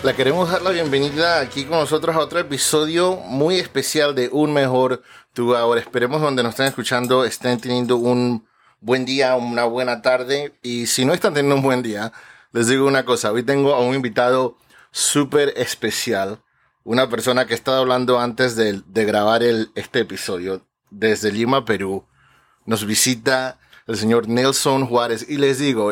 La queremos dar la bienvenida aquí con nosotros a otro episodio muy especial de Un Mejor Tú Ahora. Esperemos donde nos estén escuchando estén teniendo un buen día, una buena tarde. Y si no están teniendo un buen día, les digo una cosa. Hoy tengo a un invitado súper especial. Una persona que he estado hablando antes de grabar este episodio desde Lima, Perú. Nos visita el señor Nelson Juárez. Y les digo.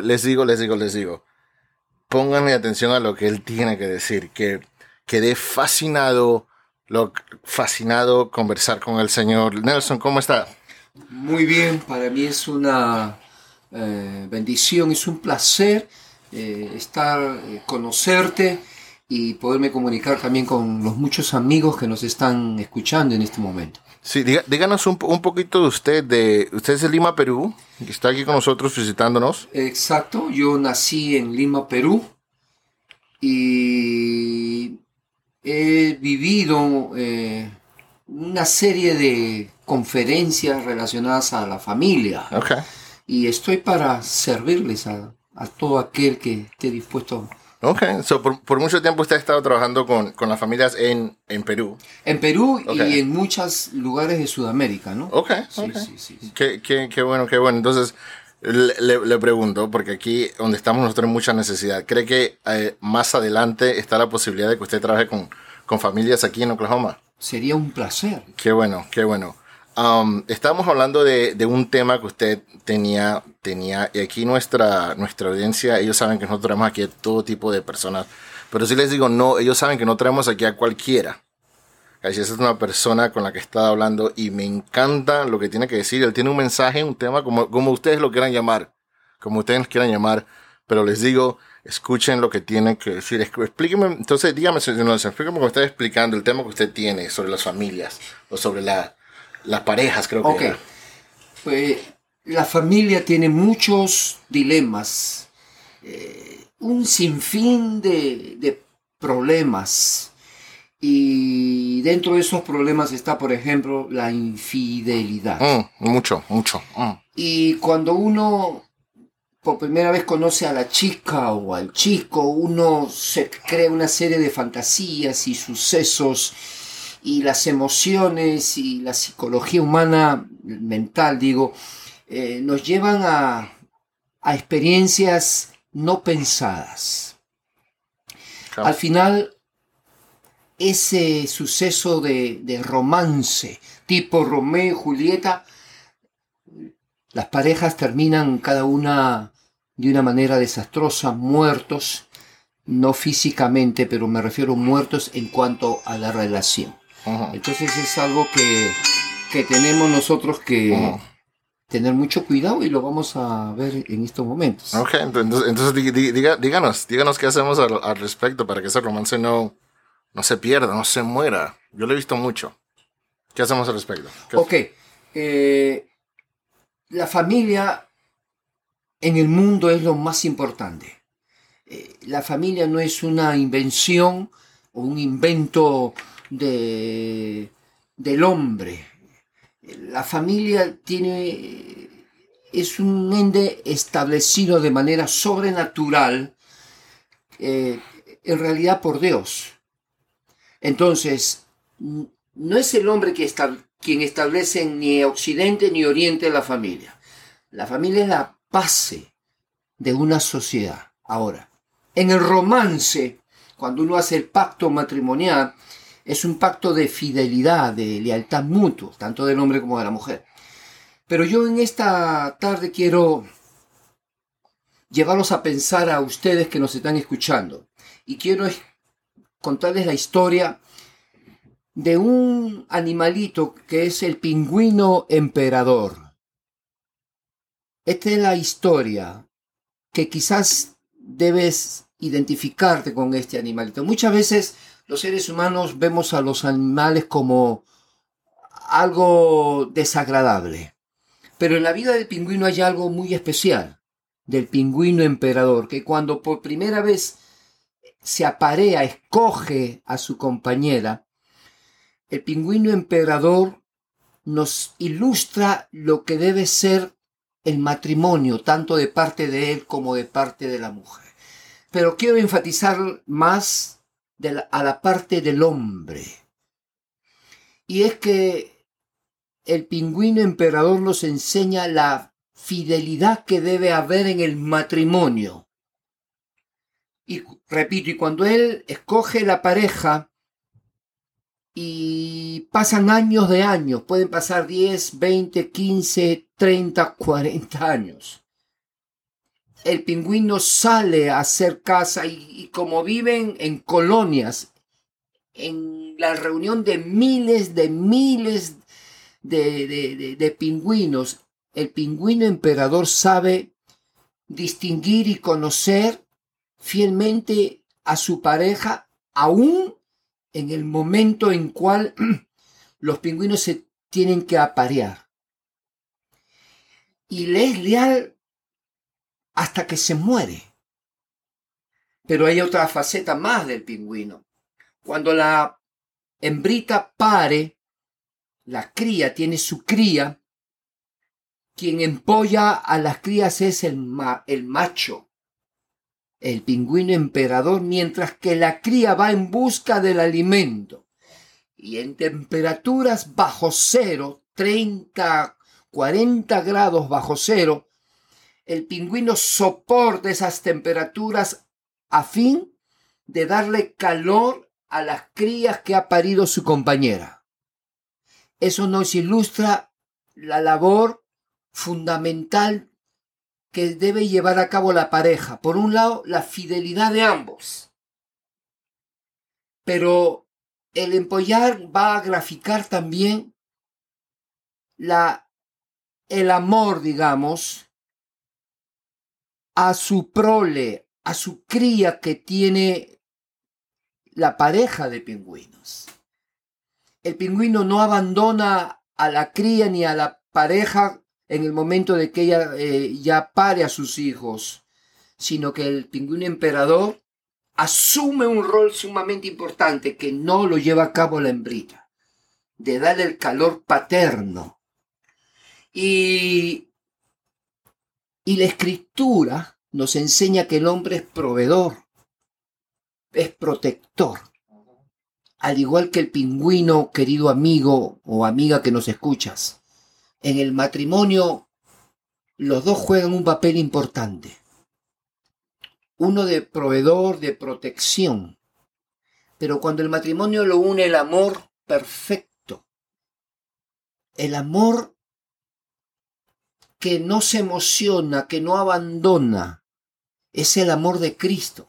Pónganle atención a lo que él tiene que decir, que quedé fascinado conversar con el señor Nelson. ¿Cómo está? Muy bien, para mí es una bendición, es un placer conocerte y poderme comunicar también con los muchos amigos que nos están escuchando en este momento. Sí, díganos un poquito de usted. Usted es de Lima, Perú, y está aquí con nosotros visitándonos. Exacto, yo nací en Lima, Perú, y he vivido una serie de conferencias relacionadas a la familia. Okay. Y estoy para servirles a todo aquel que esté dispuesto. Ok, por mucho tiempo usted ha estado trabajando con las familias en Perú. En Perú, Okay. y en muchos lugares de Sudamérica, ¿no? Ok, Sí, ok. sí. Qué bueno, qué bueno. Entonces, le pregunto, porque aquí donde estamos nosotros hay mucha necesidad. ¿Cree que más adelante está la posibilidad de que usted trabaje con familias aquí en Oklahoma? Sería un placer. Qué bueno, qué bueno. Estábamos hablando de un tema que usted tenía, y aquí nuestra audiencia, ellos saben que nosotros traemos aquí a todo tipo de personas, pero si les digo no, ellos saben que no traemos aquí a cualquiera. Así esa es una persona con la que estaba hablando y me encanta lo que tiene que decir. Él tiene un mensaje, un tema, como ustedes lo quieran llamar, pero les digo, escuchen lo que tiene que decir. Explíqueme, entonces dígame, explíqueme cómo está explicando el tema que usted tiene sobre las familias o sobre las parejas, creo que Ok, era. pues la familia tiene muchos dilemas, un sinfín de problemas. Y dentro de esos problemas está, por ejemplo, la infidelidad. Mucho. Y cuando uno por primera vez conoce a la chica o al chico, uno se crea una serie de fantasías y sucesos, y las emociones y la psicología humana, mental digo, nos llevan a experiencias no pensadas. Claro. Al final, ese suceso de romance, tipo Romeo y Julieta, las parejas terminan cada una de una manera desastrosa, muertos, no físicamente, pero me refiero muertos en cuanto a la relación. Uh-huh. Entonces es algo que tenemos nosotros que tener mucho cuidado, y lo vamos a ver en estos momentos. Ok, entonces díganos qué hacemos al respecto para que ese romance no se pierda, no se muera. Yo lo he visto mucho. ¿Qué hacemos al respecto? Ok, la familia en el mundo es lo más importante. La familia no es una invención o un invento del hombre. La familia es un ente establecido de manera sobrenatural, en realidad por Dios. Entonces, no es el hombre quien establece ni Occidente ni Oriente la familia. La familia es la base de una sociedad. Ahora, en el romance, cuando uno hace el pacto matrimonial, es un pacto de fidelidad, de lealtad mutua, tanto del hombre como de la mujer. Pero yo en esta tarde quiero llevarlos a pensar a ustedes que nos están escuchando, y quiero contarles la historia de un animalito que es el pingüino emperador. Esta es la historia que quizás debes identificarte con este animalito. Muchas veces los seres humanos vemos a los animales como algo desagradable, pero en la vida del pingüino hay algo muy especial, del pingüino emperador, que cuando por primera vez se aparea, escoge a su compañera, el pingüino emperador nos ilustra lo que debe ser el matrimonio, tanto de parte de él como de parte de la mujer. Pero quiero enfatizar más a la parte del hombre. Y es que el pingüino emperador nos enseña la fidelidad que debe haber en el matrimonio. Y repito, y cuando él escoge la pareja, y pasan años de años, pueden pasar 10, 20, 15, 30, 40 años. El pingüino sale a hacer casa y como viven en colonias, en la reunión de miles de pingüinos, el pingüino emperador sabe distinguir y conocer fielmente a su pareja, aún en el momento en cual los pingüinos se tienen que aparear. Y le es leal hasta que se muere. Pero hay otra faceta más del pingüino. Cuando la hembrita pare, la cría tiene su cría, quien empolla a las crías es el macho, el pingüino emperador, mientras que la cría va en busca del alimento. Y en temperaturas bajo cero, 30, 40 grados bajo cero, el pingüino soporta esas temperaturas a fin de darle calor a las crías que ha parido su compañera. Eso nos ilustra la labor fundamental que debe llevar a cabo la pareja. Por un lado, la fidelidad de ambos. Pero el empollar va a graficar también el amor, digamos, a su prole, a su cría que tiene la pareja de pingüinos. El pingüino no abandona a la cría ni a la pareja en el momento de que ella ya pare a sus hijos, sino que el pingüino emperador asume un rol sumamente importante que no lo lleva a cabo la hembrita, de darle el calor paterno. Y la escritura nos enseña que el hombre es proveedor, es protector. Al igual que el pingüino, querido amigo o amiga que nos escuchas, en el matrimonio los dos juegan un papel importante. Uno de proveedor, de protección. Pero cuando el matrimonio lo une el amor perfecto, el amor que no se emociona, que no abandona, es el amor de Cristo.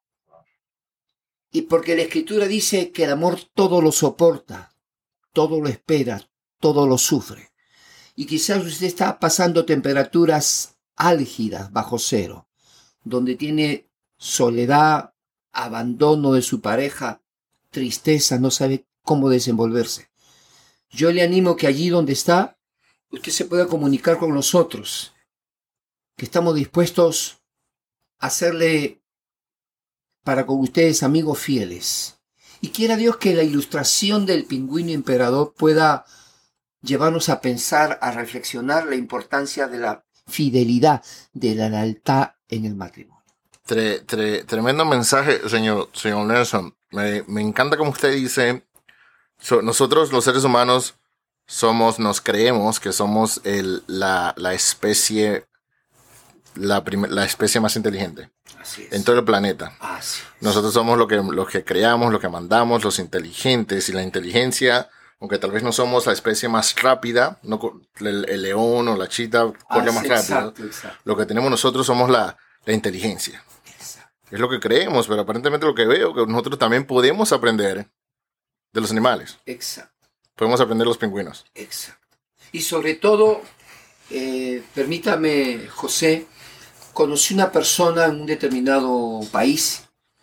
Y porque la Escritura dice que el amor todo lo soporta, todo lo espera, todo lo sufre. Y quizás usted está pasando temperaturas álgidas bajo cero, donde tiene soledad, abandono de su pareja, tristeza, no sabe cómo desenvolverse. Yo le animo que allí donde está, usted se pueda comunicar con nosotros, que estamos dispuestos a hacerle para con ustedes amigos fieles. Y quiera Dios que la ilustración del pingüino emperador pueda llevarnos a pensar, a reflexionar la importancia de la fidelidad, de la lealtad en el matrimonio. Tremendo mensaje, señor Nelson. Me encanta como usted dice, nosotros los seres humanos nos creemos que somos la especie, la especie más inteligente en todo el planeta. Nosotros somos lo que creamos, lo que mandamos, los inteligentes, y la inteligencia, aunque tal vez no somos la especie más rápida, no, el león o la chita corre más rápido. Exacto. Lo que tenemos nosotros somos la inteligencia. Exacto. Es lo que creemos, pero aparentemente lo que veo que nosotros también podemos aprender de los animales. Exacto. Podemos aprender de los pingüinos. Exacto. Y sobre todo, permítame, José, conocí una persona en un determinado país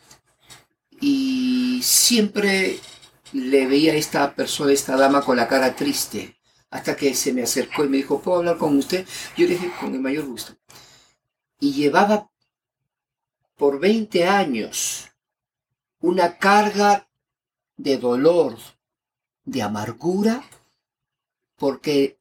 y siempre le veía a esta persona, esta dama, con la cara triste, hasta que se me acercó y me dijo, ¿puedo hablar con usted? Yo le dije, con el mayor gusto. Y llevaba por 20 años una carga de dolor, de amargura, porque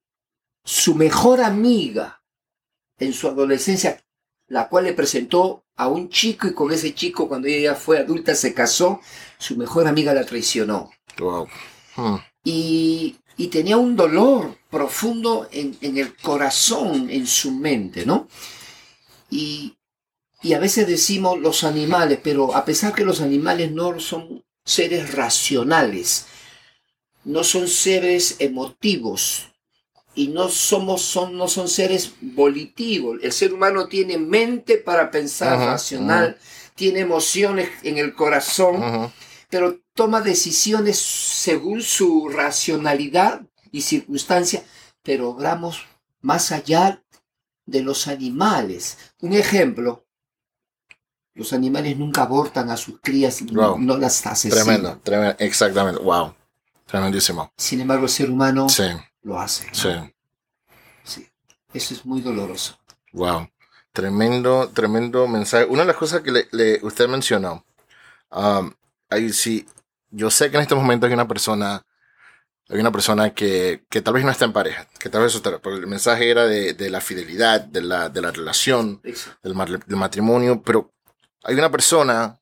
su mejor amiga en su adolescencia, la cual le presentó a un chico y con ese chico, cuando ella ya fue adulta, se casó, su mejor amiga la traicionó. Wow. Y tenía un dolor profundo en el corazón, en su mente, ¿no? Y a veces decimos los animales, pero a pesar que los animales no son seres racionales, no son seres emotivos y no son seres volitivos. El ser humano tiene mente para pensar racional, tiene emociones en el corazón, pero toma decisiones según su racionalidad y circunstancia, pero obramos más allá de los animales. Un ejemplo: los animales nunca abortan a sus crías, Wow. no las asesinan. Tremendo, exactamente, wow, tremendísimo. Sin embargo, el ser humano Sí, lo hace, ¿no? sí, Sí. Eso es muy doloroso. wow, tremendo mensaje. Una de las cosas que usted mencionó, sí, yo sé que en estos momentos hay una persona que tal vez no está en pareja, que tal vez está, porque el mensaje era de la fidelidad, de la relación, del matrimonio, pero hay unas personas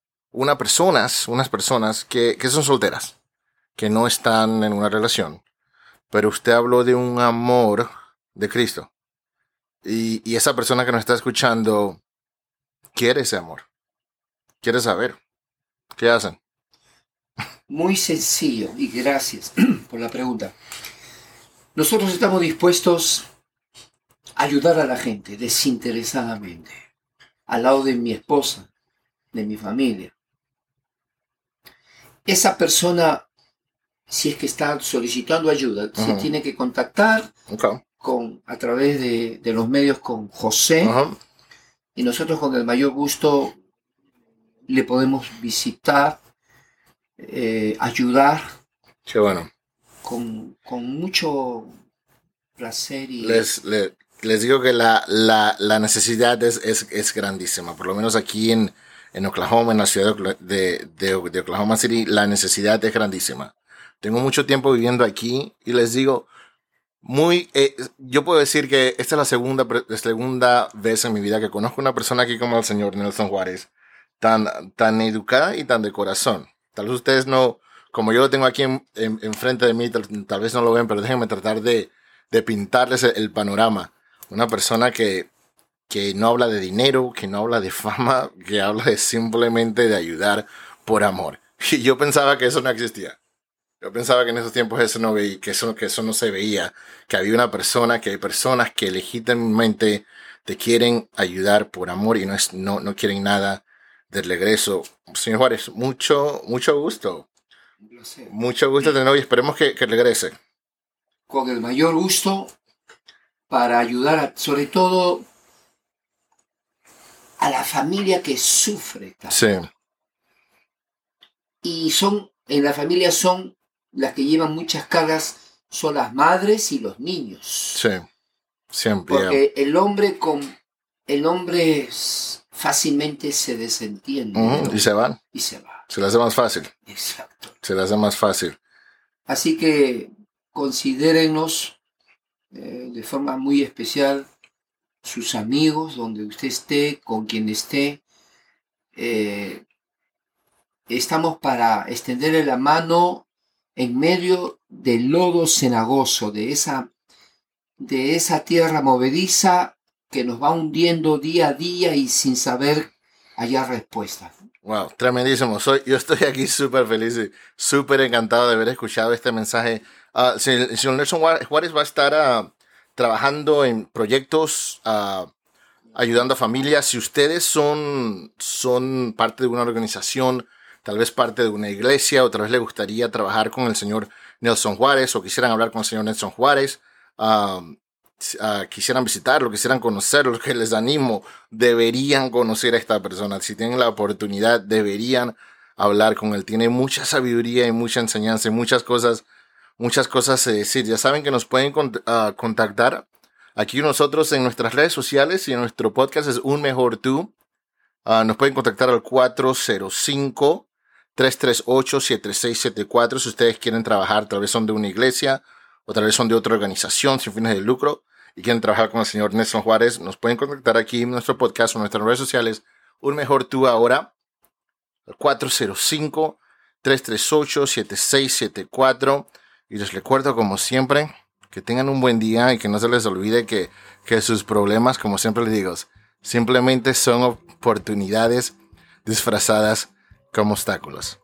que son solteras, que no están en una relación, pero usted habló de un amor de Cristo, y esa persona que nos está escuchando quiere ese amor, quiere saber, ¿qué hacen? Muy sencillo, y gracias por la pregunta. Nosotros estamos dispuestos a ayudar a la gente desinteresadamente, al lado de mi esposa, de mi familia. Esa persona, si es que está solicitando ayuda, se tiene que contactar a través de los medios con José, y nosotros con el mayor gusto le podemos visitar, ayudar. Qué bueno. Con mucho placer. Y les digo que la necesidad es grandísima. Por lo menos aquí en Oklahoma, en la ciudad de Oklahoma City, la necesidad es grandísima. Tengo mucho tiempo viviendo aquí y les digo, yo puedo decir que esta es la segunda vez en mi vida que conozco una persona aquí como el señor Nelson Juárez, tan educada y tan de corazón. Tal vez ustedes no, como yo lo tengo aquí enfrente de mí, tal vez no lo ven, pero déjenme tratar de pintarles el panorama. Una persona que no habla de dinero, que no habla de fama, que habla simplemente de ayudar por amor. Y yo pensaba que eso no existía. Yo pensaba que en esos tiempos eso no veía, que eso no se veía, que había que hay personas que legítimamente te quieren ayudar por amor y no quieren nada de regreso. Señor Juárez, mucho gusto. Un placer. Mucho gusto tenerlo y esperemos que regrese. Con el mayor gusto, para ayudar sobre todo a la familia que sufre tanto. Sí. Y en la familia son las que llevan muchas cargas, son las madres y los niños. Sí, siempre. Porque el hombre fácilmente se desentiende. Y se van. Y se va. Se le hace más fácil. Exacto. Se le hace más fácil. Así que considérennos de forma muy especial sus amigos, donde usted esté, con quien esté. Estamos para extenderle la mano en medio del lodo cenagoso, de esa tierra movediza que nos va hundiendo día a día y sin saber hallar respuesta. Wow, tremendísimo. Yo estoy aquí súper feliz y súper encantado de haber escuchado este mensaje. El señor Nelson Juárez va a estar trabajando en proyectos, ayudando a familias. Si ustedes son parte de una organización, tal vez parte de una iglesia, o tal vez les gustaría trabajar con el señor Nelson Juárez, o quisieran hablar con el señor Nelson Juárez, quisieran visitarlo, quisieran conocerlo, que les animo, deberían conocer a esta persona. Si tienen la oportunidad, deberían hablar con él. Tiene mucha sabiduría y mucha enseñanza y muchas cosas que decir. Ya saben que nos pueden contactar aquí nosotros en nuestras redes sociales, y en nuestro podcast es Un Mejor Tú. Nos pueden contactar al 405-338-7674 si ustedes quieren trabajar. Tal vez son de una iglesia o tal vez son de otra organización sin fines de lucro y quieren trabajar con el señor Nelson Juárez. Nos pueden contactar aquí en nuestro podcast o en nuestras redes sociales Un Mejor Tú Ahora, 405-338-7674. Y les recuerdo, como siempre, que tengan un buen día y que no se les olvide que sus problemas, como siempre les digo, simplemente son oportunidades disfrazadas como obstáculos.